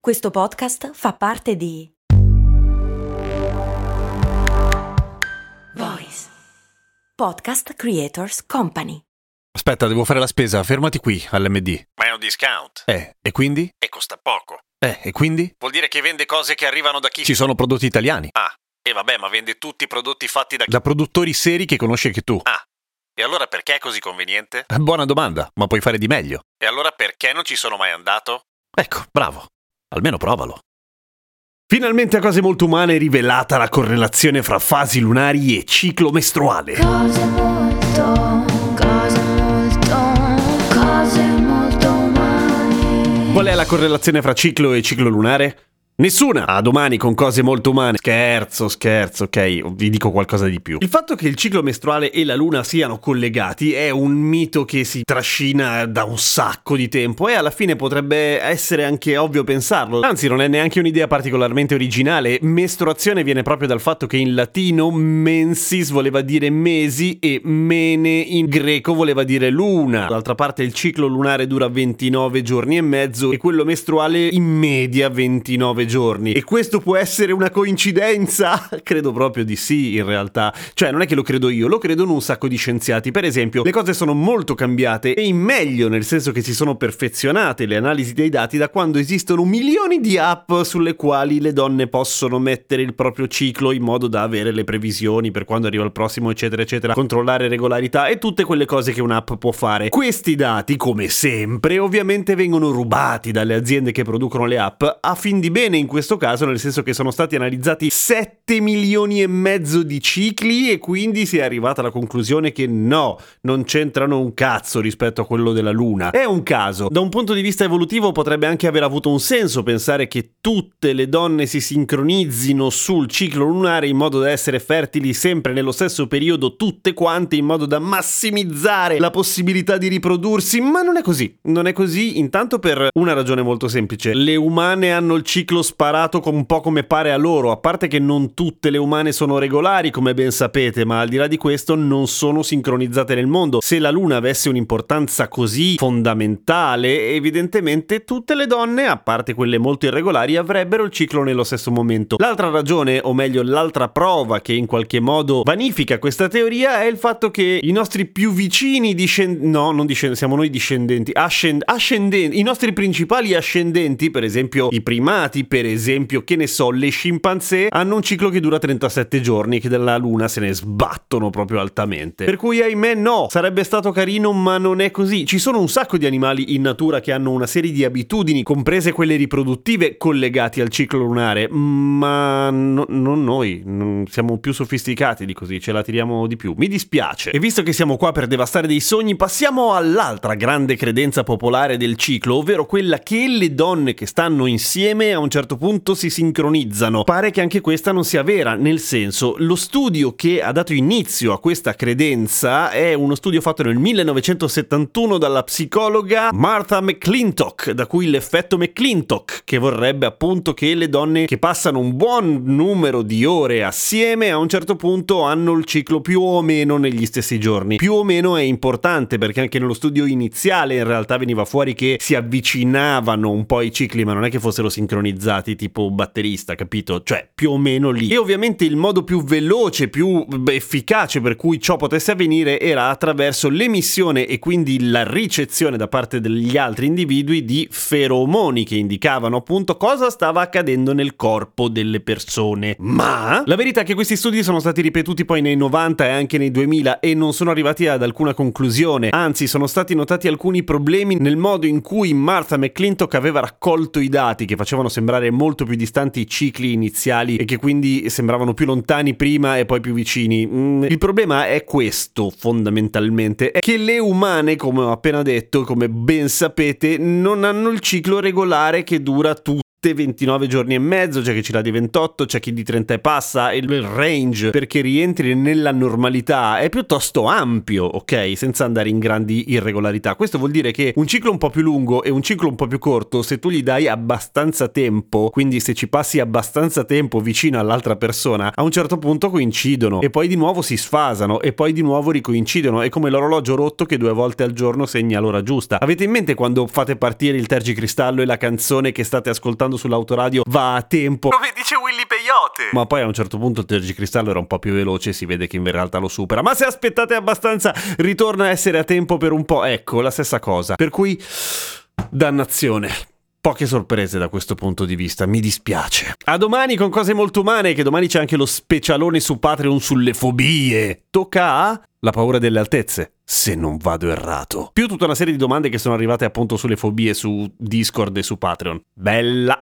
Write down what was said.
Questo podcast fa parte di Voice Podcast Creators Company. Aspetta, devo fare la spesa, fermati qui all'MD. Ma è un discount. E quindi? E costa poco. E quindi? Vuol dire che vende cose che arrivano da chi? Ci sono prodotti italiani. Ah, e vabbè, ma vende tutti i prodotti fatti da chi? Da produttori seri che conosci anche tu. Ah, e allora perché è così conveniente? Buona domanda, ma puoi fare di meglio. E allora perché non ci sono mai andato? Ecco, bravo. Almeno provalo. Finalmente a Cose Molto Umane è rivelata la correlazione fra fasi lunari e ciclo mestruale. Cose molto umane. Qual è la correlazione fra ciclo e ciclo lunare? Nessuna! A domani con Cose Molto Umane. Scherzo, ok, vi dico qualcosa di più. Il fatto che il ciclo mestruale e la luna siano collegati è un mito che si trascina da un sacco di tempo e alla fine potrebbe essere anche ovvio pensarlo. Anzi, non è neanche un'idea particolarmente originale. Mestruazione viene proprio dal fatto che in latino mensis voleva dire mesi e mene in greco voleva dire luna. D'altra parte il ciclo lunare dura 29 giorni e mezzo e quello mestruale in media 29 giorni. E questo può essere una coincidenza? Credo proprio di sì, in realtà. Cioè, non è che lo credo io, lo credono un sacco di scienziati. Per esempio, le cose sono molto cambiate e in meglio, nel senso che si sono perfezionate le analisi dei dati da quando esistono milioni di app sulle quali le donne possono mettere il proprio ciclo in modo da avere le previsioni per quando arriva il prossimo, eccetera, eccetera, controllare regolarità e tutte quelle cose che un'app può fare. Questi dati, come sempre, ovviamente vengono rubati dalle aziende che producono le app a fin di bene in questo caso, nel senso che sono stati analizzati 7 milioni e mezzo di cicli e quindi si è arrivata alla conclusione che no, non c'entrano un cazzo rispetto a quello della luna. È un caso. Da un punto di vista evolutivo potrebbe anche aver avuto un senso pensare che tutte le donne si sincronizzino sul ciclo lunare in modo da essere fertili sempre nello stesso periodo tutte quante, in modo da massimizzare la possibilità di riprodursi, ma non è così. Non è così intanto per una ragione molto semplice. Le umane hanno il ciclo sparato un po' come pare a loro, a parte che non tutte le umane sono regolari come ben sapete, ma al di là di questo non sono sincronizzate nel mondo. Se la luna avesse un'importanza così fondamentale, evidentemente tutte le donne, a parte quelle molto irregolari, avrebbero il ciclo nello stesso momento. L'altra ragione, o meglio l'altra prova che in qualche modo vanifica questa teoria è il fatto che i nostri più vicini siamo noi discendenti, ascendenti, i nostri principali ascendenti, per esempio i primati, per esempio, che ne so, le scimpanzé hanno un ciclo che dura 37 giorni, che dalla luna se ne sbattono proprio altamente. Per cui, ahimè, no, sarebbe stato carino, ma non è così. Ci sono un sacco di animali in natura che hanno una serie di abitudini, comprese quelle riproduttive, collegati al ciclo lunare, ma non noi, siamo più sofisticati di così, ce la tiriamo di più. Mi dispiace. E visto che siamo qua per devastare dei sogni, passiamo all'altra grande credenza popolare del ciclo, ovvero quella che le donne che stanno insieme a un certo punto si sincronizzano. Pare che anche questa non sia vera, nel senso, lo studio che ha dato inizio a questa credenza è uno studio fatto nel 1971 dalla psicologa Martha McClintock, da cui l'effetto McClintock, che vorrebbe appunto che le donne che passano un buon numero di ore assieme a un certo punto hanno il ciclo più o meno negli stessi giorni. Più o meno è importante perché anche nello studio iniziale in realtà veniva fuori che si avvicinavano un po' i cicli, ma non è che fossero sincronizzati tipo batterista, capito? Cioè più o meno lì. E ovviamente il modo più veloce, più efficace per cui ciò potesse avvenire era attraverso l'emissione e quindi la ricezione da parte degli altri individui di feromoni che indicavano appunto cosa stava accadendo nel corpo delle persone. Ma la verità è che questi studi sono stati ripetuti poi nei 90 e anche nei 2000 e non sono arrivati ad alcuna conclusione, anzi sono stati notati alcuni problemi nel modo in cui Martha McClintock aveva raccolto i dati che facevano sembrare molto più distanti i cicli iniziali e che quindi sembravano più lontani prima e poi più vicini. Il problema è questo, fondamentalmente, è che le umane, come ho appena detto, come ben sapete, non hanno il ciclo regolare che dura tutto 29 giorni e mezzo, c'è chi ce l'ha di 28, c'è chi di 30 e passa, e il range perché rientri nella normalità è piuttosto ampio, ok? Senza andare in grandi irregolarità. Questo vuol dire che un ciclo un po' più lungo e un ciclo un po' più corto, se tu gli dai abbastanza tempo, quindi se ci passi abbastanza tempo vicino all'altra persona, a un certo punto coincidono e poi di nuovo si sfasano e poi di nuovo ricoincidono. È come l'orologio rotto che 2 volte al giorno segna l'ora giusta. Avete in mente quando fate partire il tergicristallo e la canzone che state ascoltando quando sull'autoradio va a tempo. Come dice Willy Peyote. Ma poi a un certo punto il tergicristallo era un po' più veloce e si vede che in realtà lo supera. Ma se aspettate abbastanza ritorna a essere a tempo per un po'. Ecco, la stessa cosa. Per cui, dannazione. Poche sorprese da questo punto di vista, mi dispiace. A domani con cose molto umane, che domani c'è anche lo specialone su Patreon sulle fobie. Tocca a la paura delle altezze, se non vado errato. Più tutta una serie di domande che sono arrivate appunto sulle fobie su Discord e su Patreon. Bella!